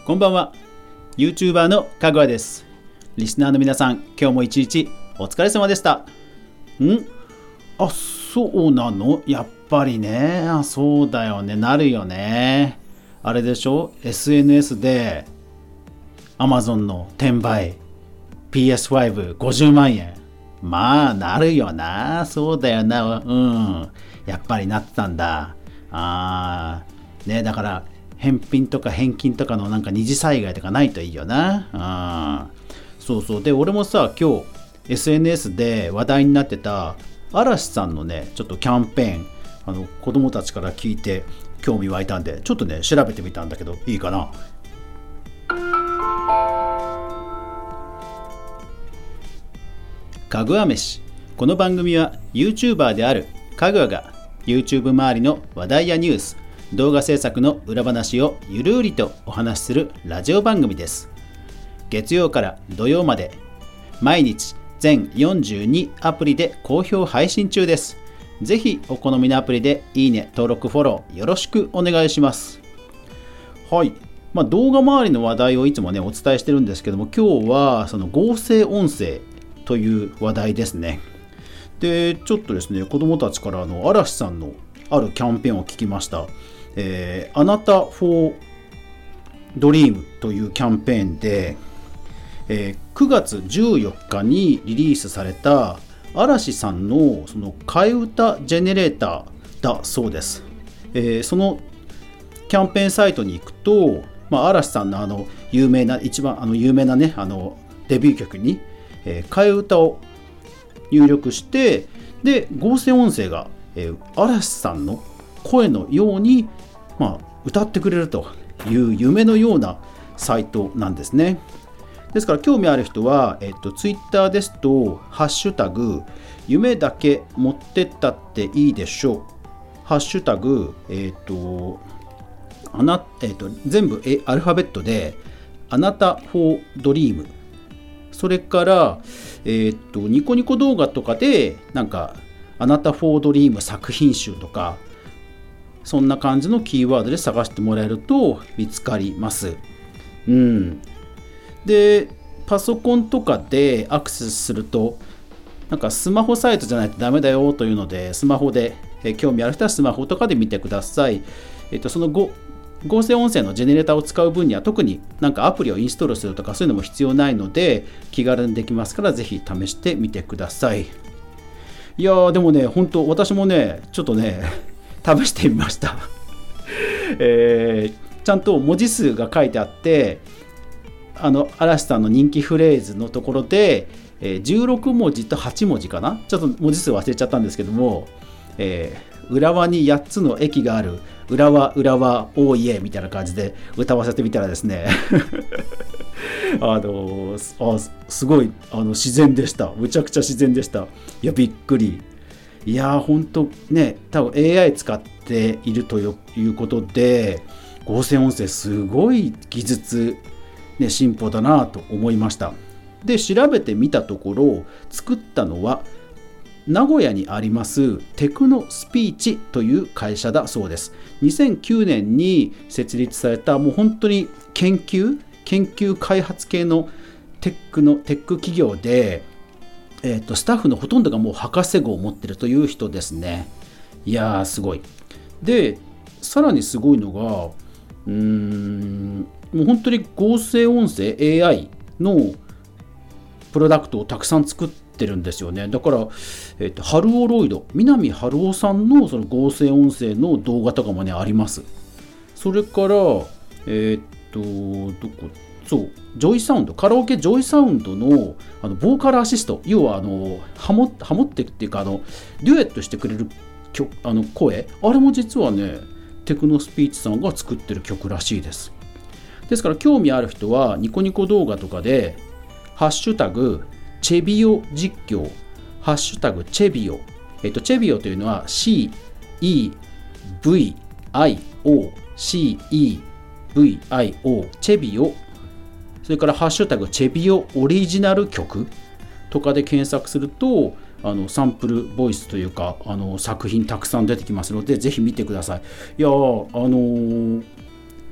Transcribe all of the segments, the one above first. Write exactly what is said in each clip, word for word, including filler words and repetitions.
こんばんは。 YouTuber のかぐわです。リスナーの皆さん、今日も一日お疲れ様でした。んあ、そうなの？やっぱりね。あ、そうだよね。なるよね。あれでしょ？ エスエヌエス で Amazon の転売 ピーエスファイブごじゅうまんえん。まあなるよな。そうだよな。うん。やっぱりなってたんだ。あーね、だから返品とか返金とかのなんか二次災害とかないといいよな。あ、そうそう。で、俺もさ、今日 エスエヌエス で話題になってた嵐さんのね、ちょっとキャンペーン、あの子供たちから聞いて興味湧いたんで、ちょっとね調べてみたんだけど、いいかな。かぐわ飯。この番組は YouTuber であるかぐわが YouTube 周りの話題やニュース、動画制作の裏話をゆるりとお話しするラジオ番組です。月曜から土曜まで毎日全よんじゅうにアプリで好評配信中です。ぜひお好みのアプリでいいね、登録、フォローよろしくお願いします。はい、まあ、動画周りの話題をいつもねお伝えしてるんですけども、今日はその合成音声という話題ですね。で、ちょっとですね、子供たちからあの嵐さんのあるキャンペーンを聞きました。えー、あなた for Dream というキャンペーンで、えー、くがつじゅうよっかにリリースされた嵐さんのその替え歌ジェネレーターだそうです。えー、そのキャンペーンサイトに行くと、まあ、嵐さんのあの有名な一番あの有名なねあのデビュー曲に、えー、替え歌を入力して、で合成音声が、えー、嵐さんの声のようにまあ、歌ってくれるという夢のようなサイトなんですね。ですから興味ある人は、えっと、ツイッターですとハッシュタグ夢だけ持ってったっていいでしょう、ハッシュタグ、えっとあなえっと、全部アルファベットであなた for Dream、 それから、えっと、ニコニコ動画とかでなんかあなた for Dream 作品集とかそんな感じのキーワードで探してもらえると見つかります。うん。で、パソコンとかでアクセスすると、なんかスマホサイトじゃないとダメだよというので、スマホで、え興味ある人はスマホとかで見てください。えっと、その後、合成音声のジェネレーターを使う分には特になんかアプリをインストールするとかそういうのも必要ないので、気軽にできますからぜひ試してみてください。いやーでもね、本当私もね、ちょっとね、試してみました、えー、ちゃんと文字数が書いてあって、あの嵐さんの人気フレーズのところで、えー、じゅうろくもじとはちもじかな、ちょっと文字数忘れちゃったんですけども、えー、浦和にやっつの駅がある浦和浦和おーいえみたいな感じで歌わせてみたらですねあのあすごいあの自然でした。むちゃくちゃ自然でした。いやびっくり。いやーほんとね、多分 エーアイ 使っているということで合成音声すごい技術、ね、進歩だなと思いました。で調べてみたところ、作ったのは名古屋にありますテクノスピーチという会社だそうです。にせんきゅうねんに設立されたもう本当に研究研究開発系のテックのテック企業で、えー、とスタッフのほとんどがもう博士号を持ってるという人ですね。いやーすごい。でさらにすごいのがうーんもう本当に合成音声 エーアイ のプロダクトをたくさん作ってるんですよね。だから、えー、とハルオロイド南春夫さんのその合成音声の動画とかもねあります。それからえっ、とどこそうジョイサウンドカラオケジョイサウンド の, あのボーカルアシスト、要はあのハモハモってっていうかあのデュエットしてくれる曲あの声、あれも実はねテクノスピーチさんが作ってる曲らしいです。ですから興味ある人はニコニコ動画とかでハッシュタグチェビオ実況、ハッシュタグチェビオ、えっとチェビオというのは シーイーブイアイオー シーイーブイアイオー チェビオ、それからハッシュタグチェビオオリジナル曲とかで検索するとあのサンプルボイスというかあの作品たくさん出てきますのでぜひ見てください。いやあのー、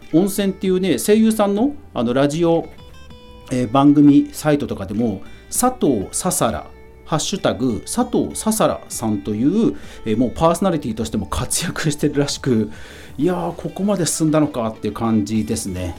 温泉っていうね声優さんのあのラジオ、えー、番組サイトとかでも佐藤ささらハッシュタグ佐藤ささらさんという、えー、もうパーソナリティとしても活躍してるらしく、いやーここまで進んだのかっていう感じですね。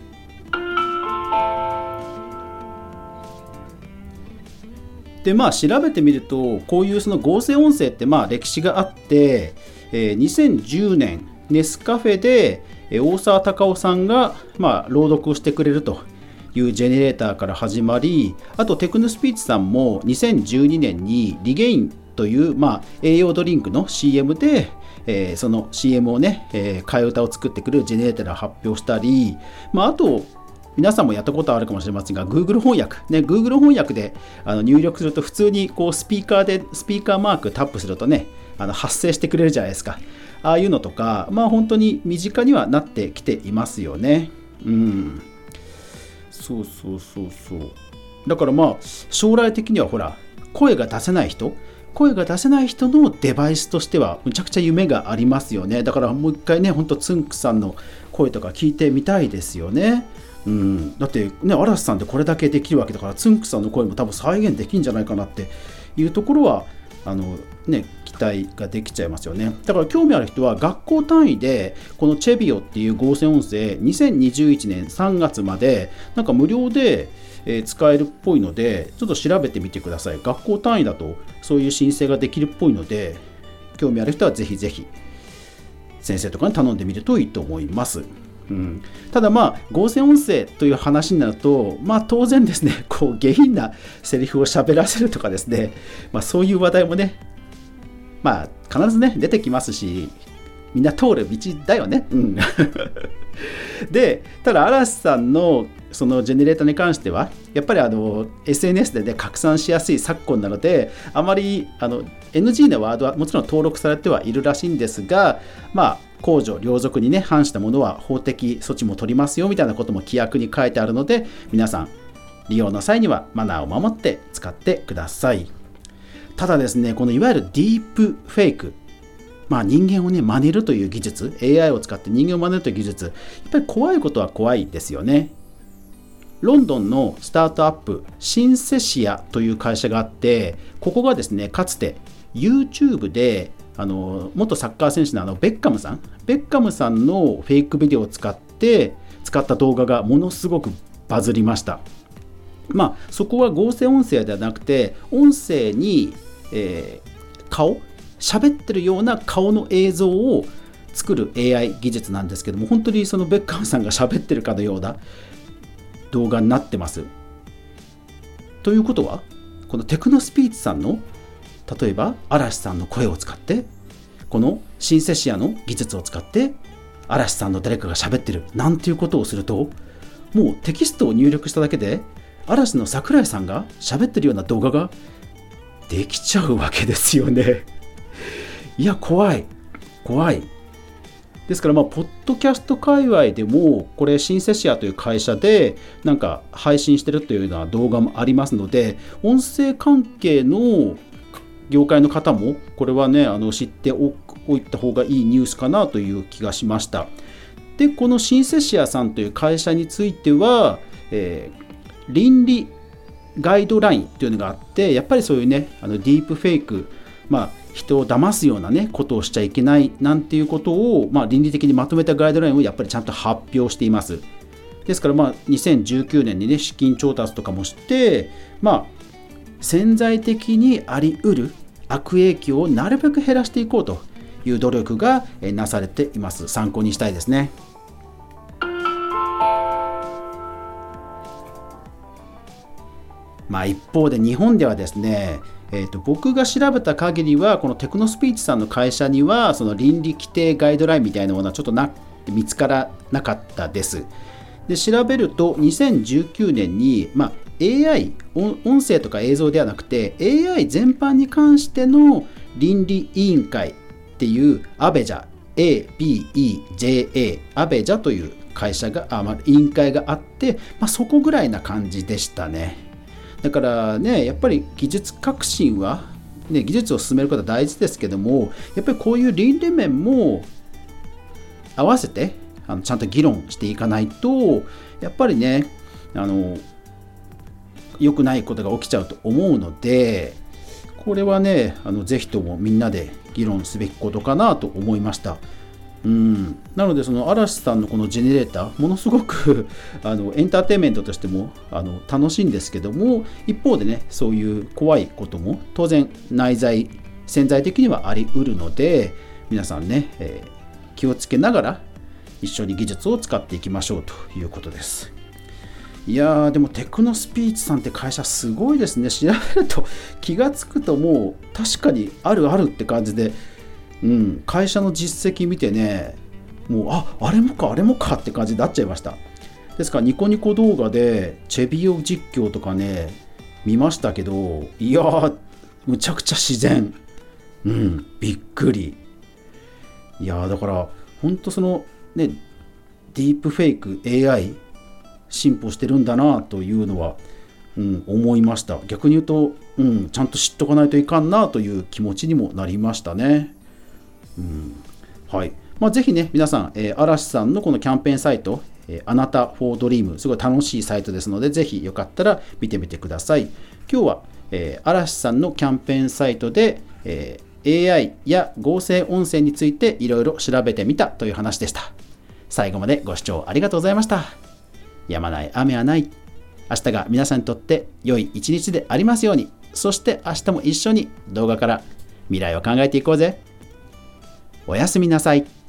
でまあ調べてみるとこういうその合成音声ってまあ歴史があって、えー、にせんじゅうねんネスカフェで、えー、大沢たかおさんがまあ朗読をしてくれるというジェネレーターから始まり、あとテクノスピーチさんもにせんじゅうにねんにリゲインという、まあ、栄養ドリンクの シーエム で、えー、その シーエム をね、えー、替え歌を作ってくるジェネレーターを発表したり、まあ、あと皆さんもやったことあるかもしれませんが Google 翻訳、ね、Google 翻訳であの入力すると普通にこうスピーカーでスピーカーマークタップするとねあの発生してくれるじゃないですか。ああいうのとか、まあ本当に身近にはなってきていますよね。うんそうそうそうそうだからまあ将来的にはほら声が出せない人声が出せない人のデバイスとしてはむちゃくちゃ夢がありますよね。だからもう一回ねほんとつんくさんの声とか聞いてみたいですよね。うん、だってね嵐さんでこれだけできるわけだからつんくさんの声も多分再現できるんじゃないかなっていうところはあのね期待ができちゃいますよね。だから興味ある人は学校単位でこのチェビオっていう合成音声にせんにじゅういちねんさんがつまでなんか無料で使えるっぽいのでちょっと調べてみてください。学校単位だとそういう申請ができるっぽいので興味ある人はぜひぜひ先生とかに頼んでみるといいと思います。うん、ただまあ合成音声という話になるとまあ当然ですねこう下品なセリフを喋らせるとかですね、まあ、そういう話題もねまあ必ずね出てきますしみんな通る道だよね、うん、でただ嵐さんのそのジェネレーターに関してはやっぱりあの エスエヌエス でね拡散しやすい昨今なのであまりあの エヌジー のワードはもちろん登録されてはいるらしいんですがまあ公序良俗にね反したものは法的措置も取りますよみたいなことも規約に書いてあるので皆さん利用の際にはマナーを守って使ってください。ただですねこのいわゆるディープフェイクまあ人間をね真似るという技術 エーアイ を使って人間を真似るという技術やっぱり怖いことは怖いですよね。ロンドンのスタートアップシンセシアという会社があってここがですねかつて YouTube であの元サッカー選手のあのベッカムさんベッカムさんのフェイクビデオを使って使った動画がものすごくバズりました。まあそこは合成音声ではなくて音声に、えー、顔喋ってるような顔の映像を作る エーアイ 技術なんですけども本当にそのベッカムさんが喋ってるかのような動画になってます。ということはこのテクノスピーチさんの例えば嵐さんの声を使ってこのシンセシアの技術を使って嵐さんの誰かが喋ってるなんていうことをするともうテキストを入力しただけで嵐の桜井さんが喋ってるような動画ができちゃうわけですよね。いや怖い怖いですからまあポッドキャスト界隈でもこれシンセシアという会社でなんか配信してるというような動画もありますので音声関係の業界の方もこれはねあの知っておいた方がいいニュースかなという気がしました。でこのシンセシアさんという会社については、えー、倫理ガイドラインというのがあってやっぱりそういうねあのディープフェイクまあ人を騙すようなねことをしちゃいけないなんていうことを、まあ、倫理的にまとめたガイドラインをやっぱりちゃんと発表しています。ですからまあにせんじゅうきゅうねんにね資金調達とかもしてまあ潜在的にあり得る悪影響をなるべく減らしていこうという努力がなされています。参考にしたいですね。まあ一方で日本ではですね、えーと、僕が調べた限りはこのテクノスピーチさんの会社にはその倫理規定ガイドラインみたいなものはちょっとな見つからなかったです。で調べるとにせんじゅうきゅうねんに、まあ、エーアイ 音声とか映像ではなくて エーアイ 全般に関しての倫理委員会っていうアベジャ エービーイージェーエー アベジャという会社があ、まあ、委員会があって、まあ、そこぐらいな感じでしたね。だからねやっぱり技術革新は、ね、技術を進めることは大事ですけどもやっぱりこういう倫理面も合わせてあのちゃんと議論していかないとやっぱりねあの良くないことが起きちゃうと思うので、これはねあのぜひともみんなで議論すべきことかなと思いました。うんなのでその嵐さんのこのジェネレーターものすごくあのエンターテインメントとしてもあの楽しいんですけども、一方でねそういう怖いことも当然内在潜在的にはあり得るので、皆さんね、えー、気をつけながら一緒に技術を使っていきましょうということです。いやーでもテクノスピーチさんって会社すごいですね。調べると気がつくともう確かにあるあるって感じで、うん、会社の実績見てねもうああれもかあれもかって感じになっちゃいました。ですからニコニコ動画でチェビオ実況とかね見ましたけど、いやーむちゃくちゃ自然、うんびっくり。いやーだから本当そのねディープフェイク エーアイ 進歩してるんだなというのは、うん、思いました。逆に言うと、うん、ちゃんと知っとかないといかんなという気持ちにもなりましたね。うんはいまあ、ぜひね皆さん、えー、嵐さんのこのキャンペーンサイト、えー、あなた for Dream すごい楽しいサイトですので、ぜひよかったら見てみてください。今日は、えー、嵐さんのキャンペーンサイトで、えー、エーアイ や合成音声についていろいろ調べてみたという話でした。最後までご視聴ありがとうございました。やまない雨はない。明日が皆さんにとって良い一日でありますように。そして明日も一緒に動画から未来を考えていこうぜ。おやすみなさい。